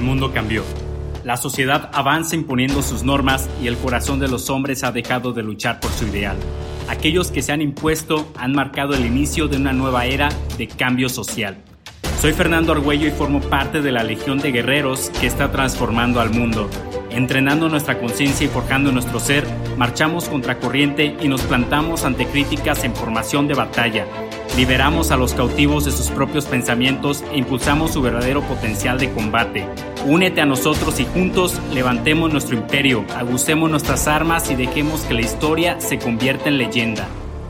mundo cambió. La sociedad avanza imponiendo sus normas y el corazón de los hombres ha dejado de luchar por su ideal. Aquellos que se han impuesto han marcado el inicio de una nueva era de cambio social. Soy Fernando Argüello y formo parte de la legión de guerreros que está transformando al mundo. Entrenando nuestra conciencia y forjando nuestro ser, marchamos contracorriente y nos plantamos ante críticas en formación de batalla. Liberamos a los cautivos de sus propios pensamientos e impulsamos su verdadero potencial de combate. Únete a nosotros y juntos levantemos nuestro imperio, agucemos nuestras armas y dejemos que la historia se convierta en leyenda.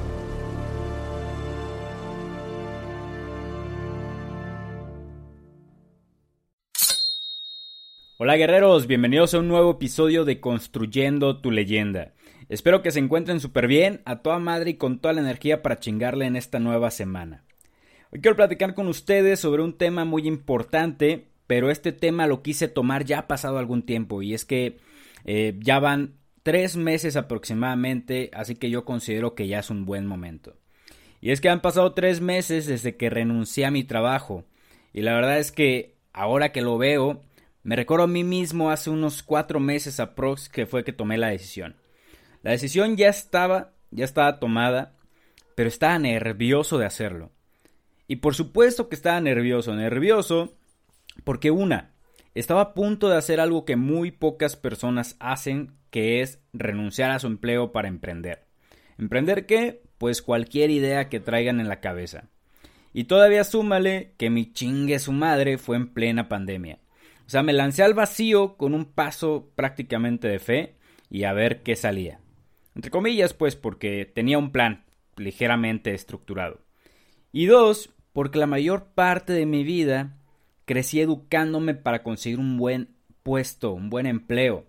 Hola guerreros, bienvenidos a un nuevo episodio de Construyendo tu Leyenda. Espero que se encuentren súper bien, a toda madre y con toda la energía para chingarle en esta nueva semana. Hoy quiero platicar con ustedes sobre un tema muy importante, pero este tema lo quise tomar ya pasado algún tiempo y es que ya van 3 meses aproximadamente, así que yo considero que ya es un buen momento. Y es que han pasado 3 meses desde que renuncié a mi trabajo y la verdad es que ahora que lo veo, me recuerdo a mí mismo hace unos 4 meses aprox que fue que tomé la decisión. La decisión ya estaba tomada, pero estaba nervioso de hacerlo. Y por supuesto que estaba nervioso porque estaba a punto de hacer algo que muy pocas personas hacen, que es renunciar a su empleo para emprender. ¿Emprender qué? Pues cualquier idea que traigan en la cabeza. Y todavía súmale que mi chingue su madre fue en plena pandemia. O sea, me lancé al vacío con un paso prácticamente de fe y a ver qué salía. Entre comillas, pues, porque tenía un plan ligeramente estructurado. Y 2, porque la mayor parte de mi vida crecí educándome para conseguir un buen puesto, un buen empleo.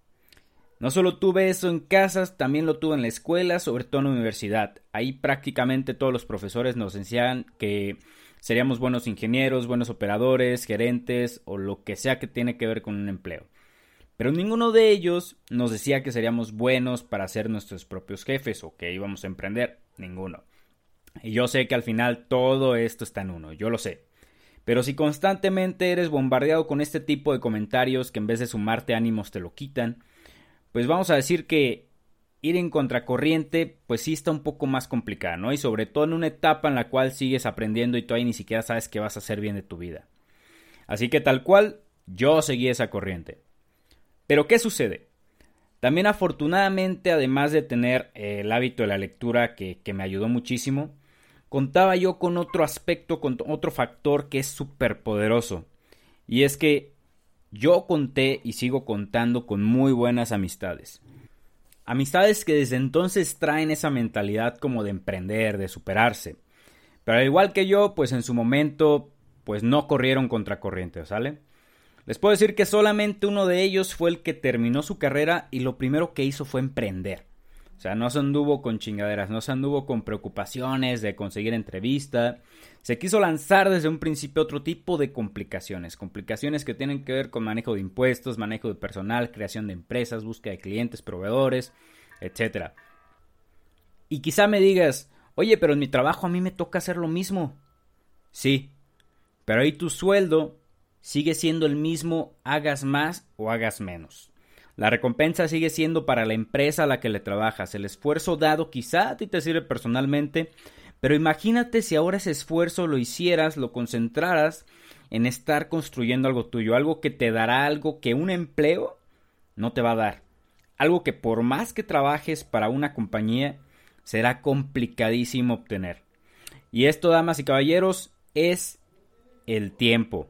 No solo tuve eso en casas, también lo tuve en la escuela, sobre todo en la universidad. Ahí prácticamente todos los profesores nos enseñaban que seríamos buenos ingenieros, buenos operadores, gerentes o lo que sea que tiene que ver con un empleo. Pero ninguno de ellos nos decía que seríamos buenos para ser nuestros propios jefes o que íbamos a emprender. Ninguno. Y yo sé que al final todo esto está en uno, yo lo sé. Pero si constantemente eres bombardeado con este tipo de comentarios que en vez de sumarte ánimos te lo quitan, pues vamos a decir que ir en contracorriente pues sí está un poco más complicado, ¿no? Y sobre todo en una etapa en la cual sigues aprendiendo y todavía ni siquiera sabes qué vas a hacer bien de tu vida. Así que tal cual, yo seguí esa corriente. Pero ¿qué sucede? También afortunadamente, además de tener el hábito de la lectura que me ayudó muchísimo, contaba yo con otro aspecto, con otro factor que es súper poderoso. Y es que yo conté y sigo contando con muy buenas amistades. Amistades que desde entonces traen esa mentalidad como de emprender, de superarse. Pero al igual que yo, pues en su momento, pues no corrieron contracorriente, ¿sale? Les puedo decir que solamente uno de ellos fue el que terminó su carrera y lo primero que hizo fue emprender. O sea, no se anduvo con chingaderas, no se anduvo con preocupaciones de conseguir entrevista. Se quiso lanzar desde un principio otro tipo de complicaciones. Complicaciones que tienen que ver con manejo de impuestos, manejo de personal, creación de empresas, búsqueda de clientes, proveedores, etc. Y quizá me digas, oye, pero en mi trabajo a mí me toca hacer lo mismo. Sí, pero ahí tu sueldo sigue siendo el mismo, hagas más o hagas menos. La recompensa sigue siendo para la empresa a la que le trabajas. El esfuerzo dado quizá a ti te sirve personalmente, pero imagínate si ahora ese esfuerzo lo hicieras, lo concentraras en estar construyendo algo tuyo, algo que te dará algo que un empleo no te va a dar. Algo que por más que trabajes para una compañía, será complicadísimo obtener. Y esto, damas y caballeros, es el tiempo.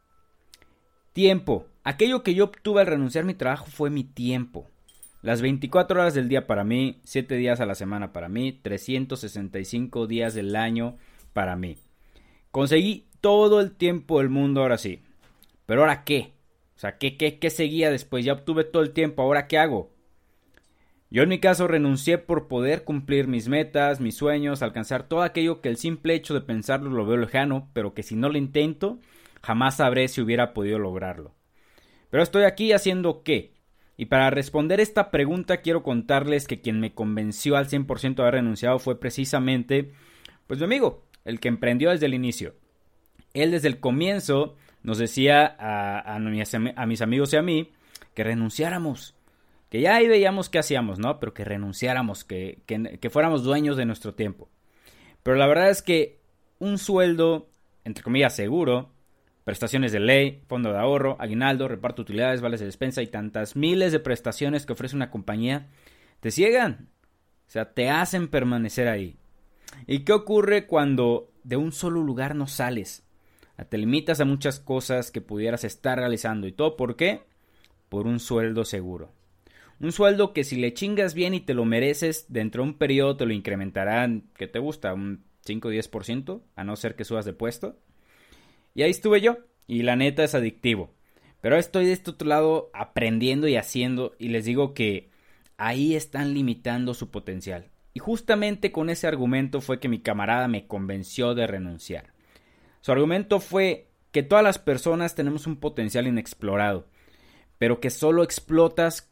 Tiempo. Aquello que yo obtuve al renunciar a mi trabajo fue mi tiempo. Las 24 horas del día para mí, 7 días a la semana para mí, 365 días del año para mí. Conseguí todo el tiempo del mundo ahora sí. Pero ¿ahora qué? O sea, ¿qué seguía después? Ya obtuve todo el tiempo, ¿ahora qué hago? Yo en mi caso renuncié por poder cumplir mis metas, mis sueños, alcanzar todo aquello que el simple hecho de pensarlo lo veo lejano, pero que si no lo intento, jamás sabré si hubiera podido lograrlo. Pero estoy aquí haciendo ¿qué? Y para responder esta pregunta quiero contarles que quien me convenció al 100% de haber renunciado fue precisamente, pues mi amigo, el que emprendió desde el inicio. Él desde el comienzo nos decía a mis amigos y a mí que renunciáramos. Que ya ahí veíamos qué hacíamos, ¿no? Pero que renunciáramos, que fuéramos dueños de nuestro tiempo. Pero la verdad es que un sueldo, entre comillas, seguro, prestaciones de ley, fondo de ahorro, aguinaldo, reparto de utilidades, vales de despensa y tantas miles de prestaciones que ofrece una compañía, te ciegan. O sea, te hacen permanecer ahí. ¿Y qué ocurre cuando de un solo lugar no sales? Te limitas a muchas cosas que pudieras estar realizando. ¿Y todo por qué? Por un sueldo seguro. Un sueldo que si le chingas bien y te lo mereces, dentro de un periodo te lo incrementarán, ¿qué te gusta? Un 5 o 10%, a no ser que subas de puesto. Y ahí estuve yo, y la neta es adictivo. Pero estoy de este otro lado aprendiendo y haciendo, y les digo que ahí están limitando su potencial. Y justamente con ese argumento fue que mi camarada me convenció de renunciar. Su argumento fue que todas las personas tenemos un potencial inexplorado, pero que solo lo explotas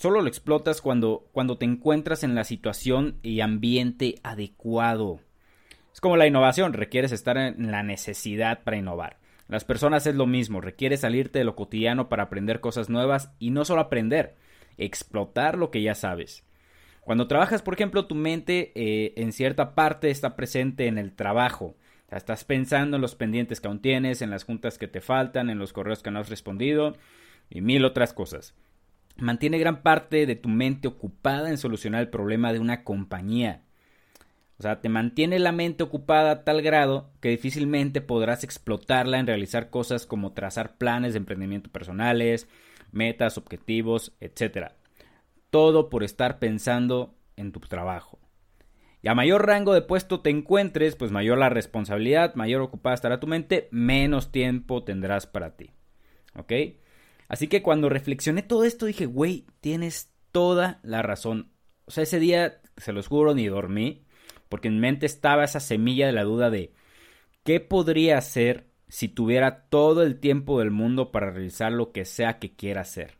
cuando te encuentras en la situación y ambiente adecuado. Es como la innovación, requieres estar en la necesidad para innovar. Las personas es lo mismo, requieres salirte de lo cotidiano para aprender cosas nuevas y no solo aprender, explotar lo que ya sabes. Cuando trabajas, por ejemplo, tu mente en cierta parte está presente en el trabajo. O sea, estás pensando en los pendientes que aún tienes, en las juntas que te faltan, en los correos que no has respondido y mil otras cosas. Mantiene gran parte de tu mente ocupada en solucionar el problema de una compañía. O sea, te mantiene la mente ocupada a tal grado que difícilmente podrás explotarla en realizar cosas como trazar planes de emprendimiento personales, metas, objetivos, etc. Todo por estar pensando en tu trabajo. Y a mayor rango de puesto te encuentres, pues mayor la responsabilidad, mayor ocupada estará tu mente, menos tiempo tendrás para ti. ¿Ok? Así que cuando reflexioné todo esto dije, güey, tienes toda la razón. O sea, ese día, se los juro, ni dormí, porque en mi mente estaba esa semilla de la duda de ¿qué podría hacer si tuviera todo el tiempo del mundo para realizar lo que sea que quiera hacer?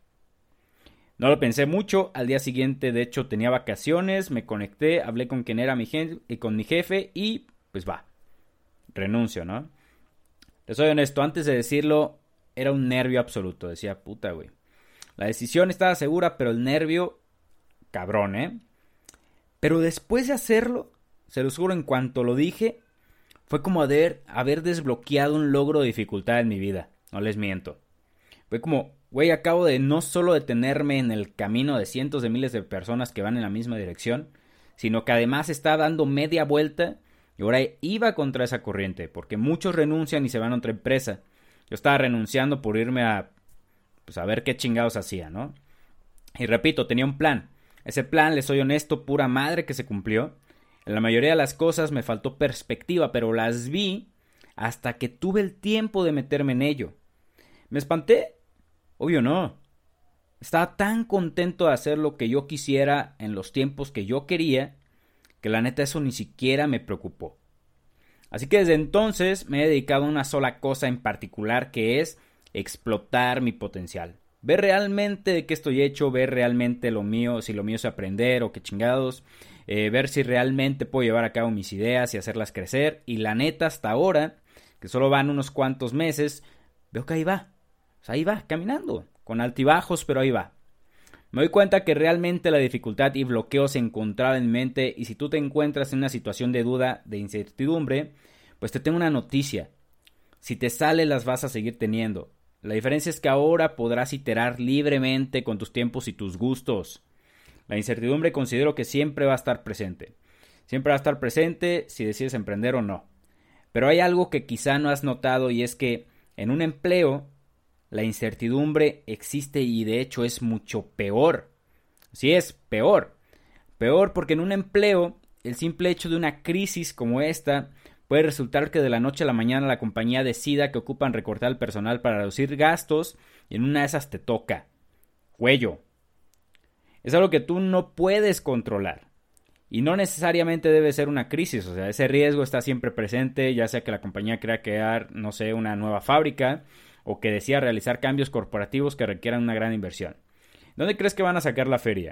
No lo pensé mucho, al día siguiente de hecho tenía vacaciones, me conecté, hablé con quien era con mi jefe y pues renuncio, ¿no? Les soy honesto, antes de decirlo era un nervio absoluto, decía puta güey. La decisión estaba segura, pero el nervio, cabrón, ¿eh? Pero después de hacerlo, se los juro, en cuanto lo dije, fue como haber desbloqueado un logro de dificultad en mi vida, no les miento. Fue como, güey, acabo de no solo detenerme en el camino de cientos de miles de personas que van en la misma dirección, sino que además está dando media vuelta y ahora iba contra esa corriente, porque muchos renuncian y se van a otra empresa. Yo estaba renunciando por irme a ver qué chingados hacía, ¿no? Y repito, tenía un plan. Ese plan, les soy honesto, pura madre que se cumplió. En la mayoría de las cosas me faltó perspectiva, pero las vi hasta que tuve el tiempo de meterme en ello. ¿Me espanté? Obvio no. Estaba tan contento de hacer lo que yo quisiera en los tiempos que yo quería, que la neta eso ni siquiera me preocupó. Así que desde entonces me he dedicado a una sola cosa en particular, que es explotar mi potencial. Ver realmente de qué estoy hecho, ver realmente lo mío, si lo mío es aprender o qué chingados, ver si realmente puedo llevar a cabo mis ideas y hacerlas crecer. Y la neta, hasta ahora, que solo van unos cuantos meses, veo que ahí va. O sea, ahí va, caminando, con altibajos, pero ahí va. Me doy cuenta que realmente la dificultad y bloqueo se encontraba en mi mente, y si tú te encuentras en una situación de duda, de incertidumbre, pues te tengo una noticia. Si te sale, las vas a seguir teniendo. La diferencia es que ahora podrás iterar libremente con tus tiempos y tus gustos. La incertidumbre considero que siempre va a estar presente. Siempre va a estar presente si decides emprender o no. Pero hay algo que quizá no has notado, y es que en un empleo la incertidumbre existe y de hecho es mucho peor. Sí, es peor. Peor porque en un empleo el simple hecho de una crisis como esta puede resultar que de la noche a la mañana la compañía decida que ocupan recortar el personal para reducir gastos y en una de esas te toca. Cuello. Es algo que tú no puedes controlar. Y no necesariamente debe ser una crisis, o sea, ese riesgo está siempre presente, ya sea que la compañía quiera crear, no sé, una nueva fábrica, o que decida realizar cambios corporativos que requieran una gran inversión. ¿Dónde crees que van a sacar la feria?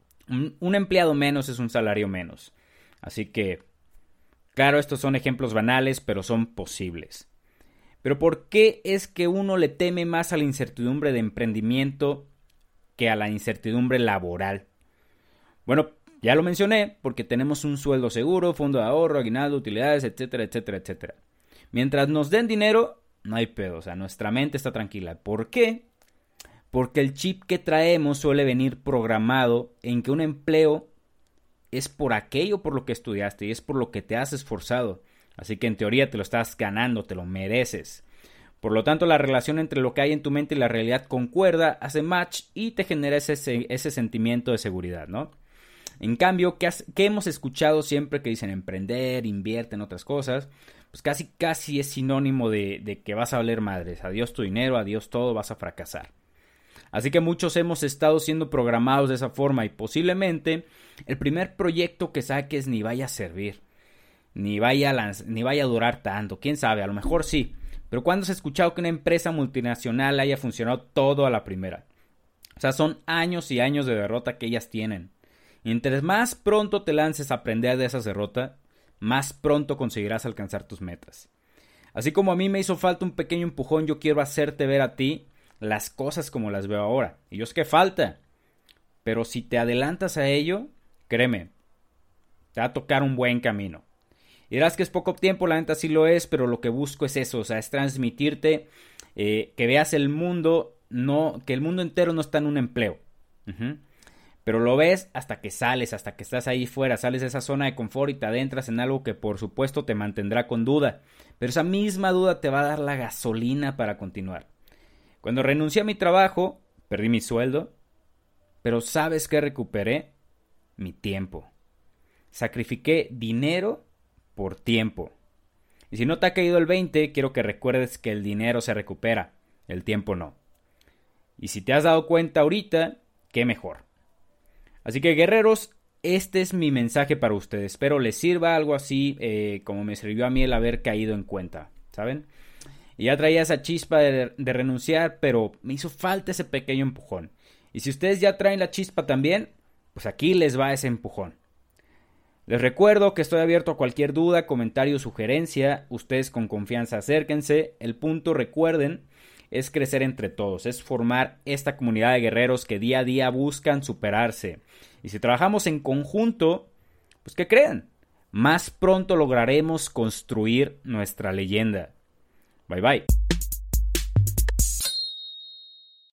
Un empleado menos es un salario menos. Así que, claro, estos son ejemplos banales, pero son posibles. Pero ¿por qué es que uno le teme más a la incertidumbre de emprendimiento que a la incertidumbre laboral? Bueno, ya lo mencioné, porque tenemos un sueldo seguro, fondo de ahorro, aguinaldo, utilidades, etcétera, etcétera, etcétera. Mientras nos den dinero, no hay pedo, o sea, nuestra mente está tranquila. ¿Por qué? Porque el chip que traemos suele venir programado en que un empleo es por aquello por lo que estudiaste y es por lo que te has esforzado. Así que en teoría te lo estás ganando, te lo mereces. Por lo tanto, la relación entre lo que hay en tu mente y la realidad concuerda, hace match y te genera ese sentimiento de seguridad, ¿no? En cambio, ¿qué hemos escuchado siempre que dicen emprender, invierte en otras cosas? Pues casi es sinónimo de que vas a valer madres. Adiós tu dinero, adiós todo, vas a fracasar. Así que muchos hemos estado siendo programados de esa forma y posiblemente el primer proyecto que saques ni vaya a servir, ni vaya a durar tanto. Quién sabe, a lo mejor sí. Pero ¿cuándo has escuchado que una empresa multinacional haya funcionado todo a la primera? O sea, son años y años de derrota que ellas tienen. Mientras más pronto te lances a aprender de esas derrotas, más pronto conseguirás alcanzar tus metas. Así como a mí me hizo falta un pequeño empujón, yo quiero hacerte ver a ti las cosas como las veo ahora. Y yo sé que falta, pero si te adelantas a ello, créeme, te va a tocar un buen camino. Y dirás que es poco tiempo, la neta sí lo es, pero lo que busco es eso, o sea, es transmitirte que veas el mundo, que el mundo entero no está en un empleo. Pero lo ves hasta que sales, hasta que estás ahí fuera, sales de esa zona de confort y te adentras en algo que por supuesto te mantendrá con duda. Pero esa misma duda te va a dar la gasolina para continuar. Cuando renuncié a mi trabajo, perdí mi sueldo, pero ¿sabes qué recuperé? Mi tiempo. Sacrifiqué dinero por tiempo. Y si no te ha caído el 20, quiero que recuerdes que el dinero se recupera, el tiempo no. Y si te has dado cuenta ahorita, qué mejor. Así que guerreros, este es mi mensaje para ustedes. Espero les sirva algo así como me sirvió a mí el haber caído en cuenta, ¿saben? Y ya traía esa chispa de renunciar, pero me hizo falta ese pequeño empujón. Y si ustedes ya traen la chispa también, pues aquí les va ese empujón. Les recuerdo que estoy abierto a cualquier duda, comentario, sugerencia. Ustedes con confianza acérquense. El punto, recuerden, es crecer entre todos, es formar esta comunidad de guerreros que día a día buscan superarse. Y si trabajamos en conjunto, pues ¿qué creen? Más pronto lograremos construir nuestra leyenda. Bye bye.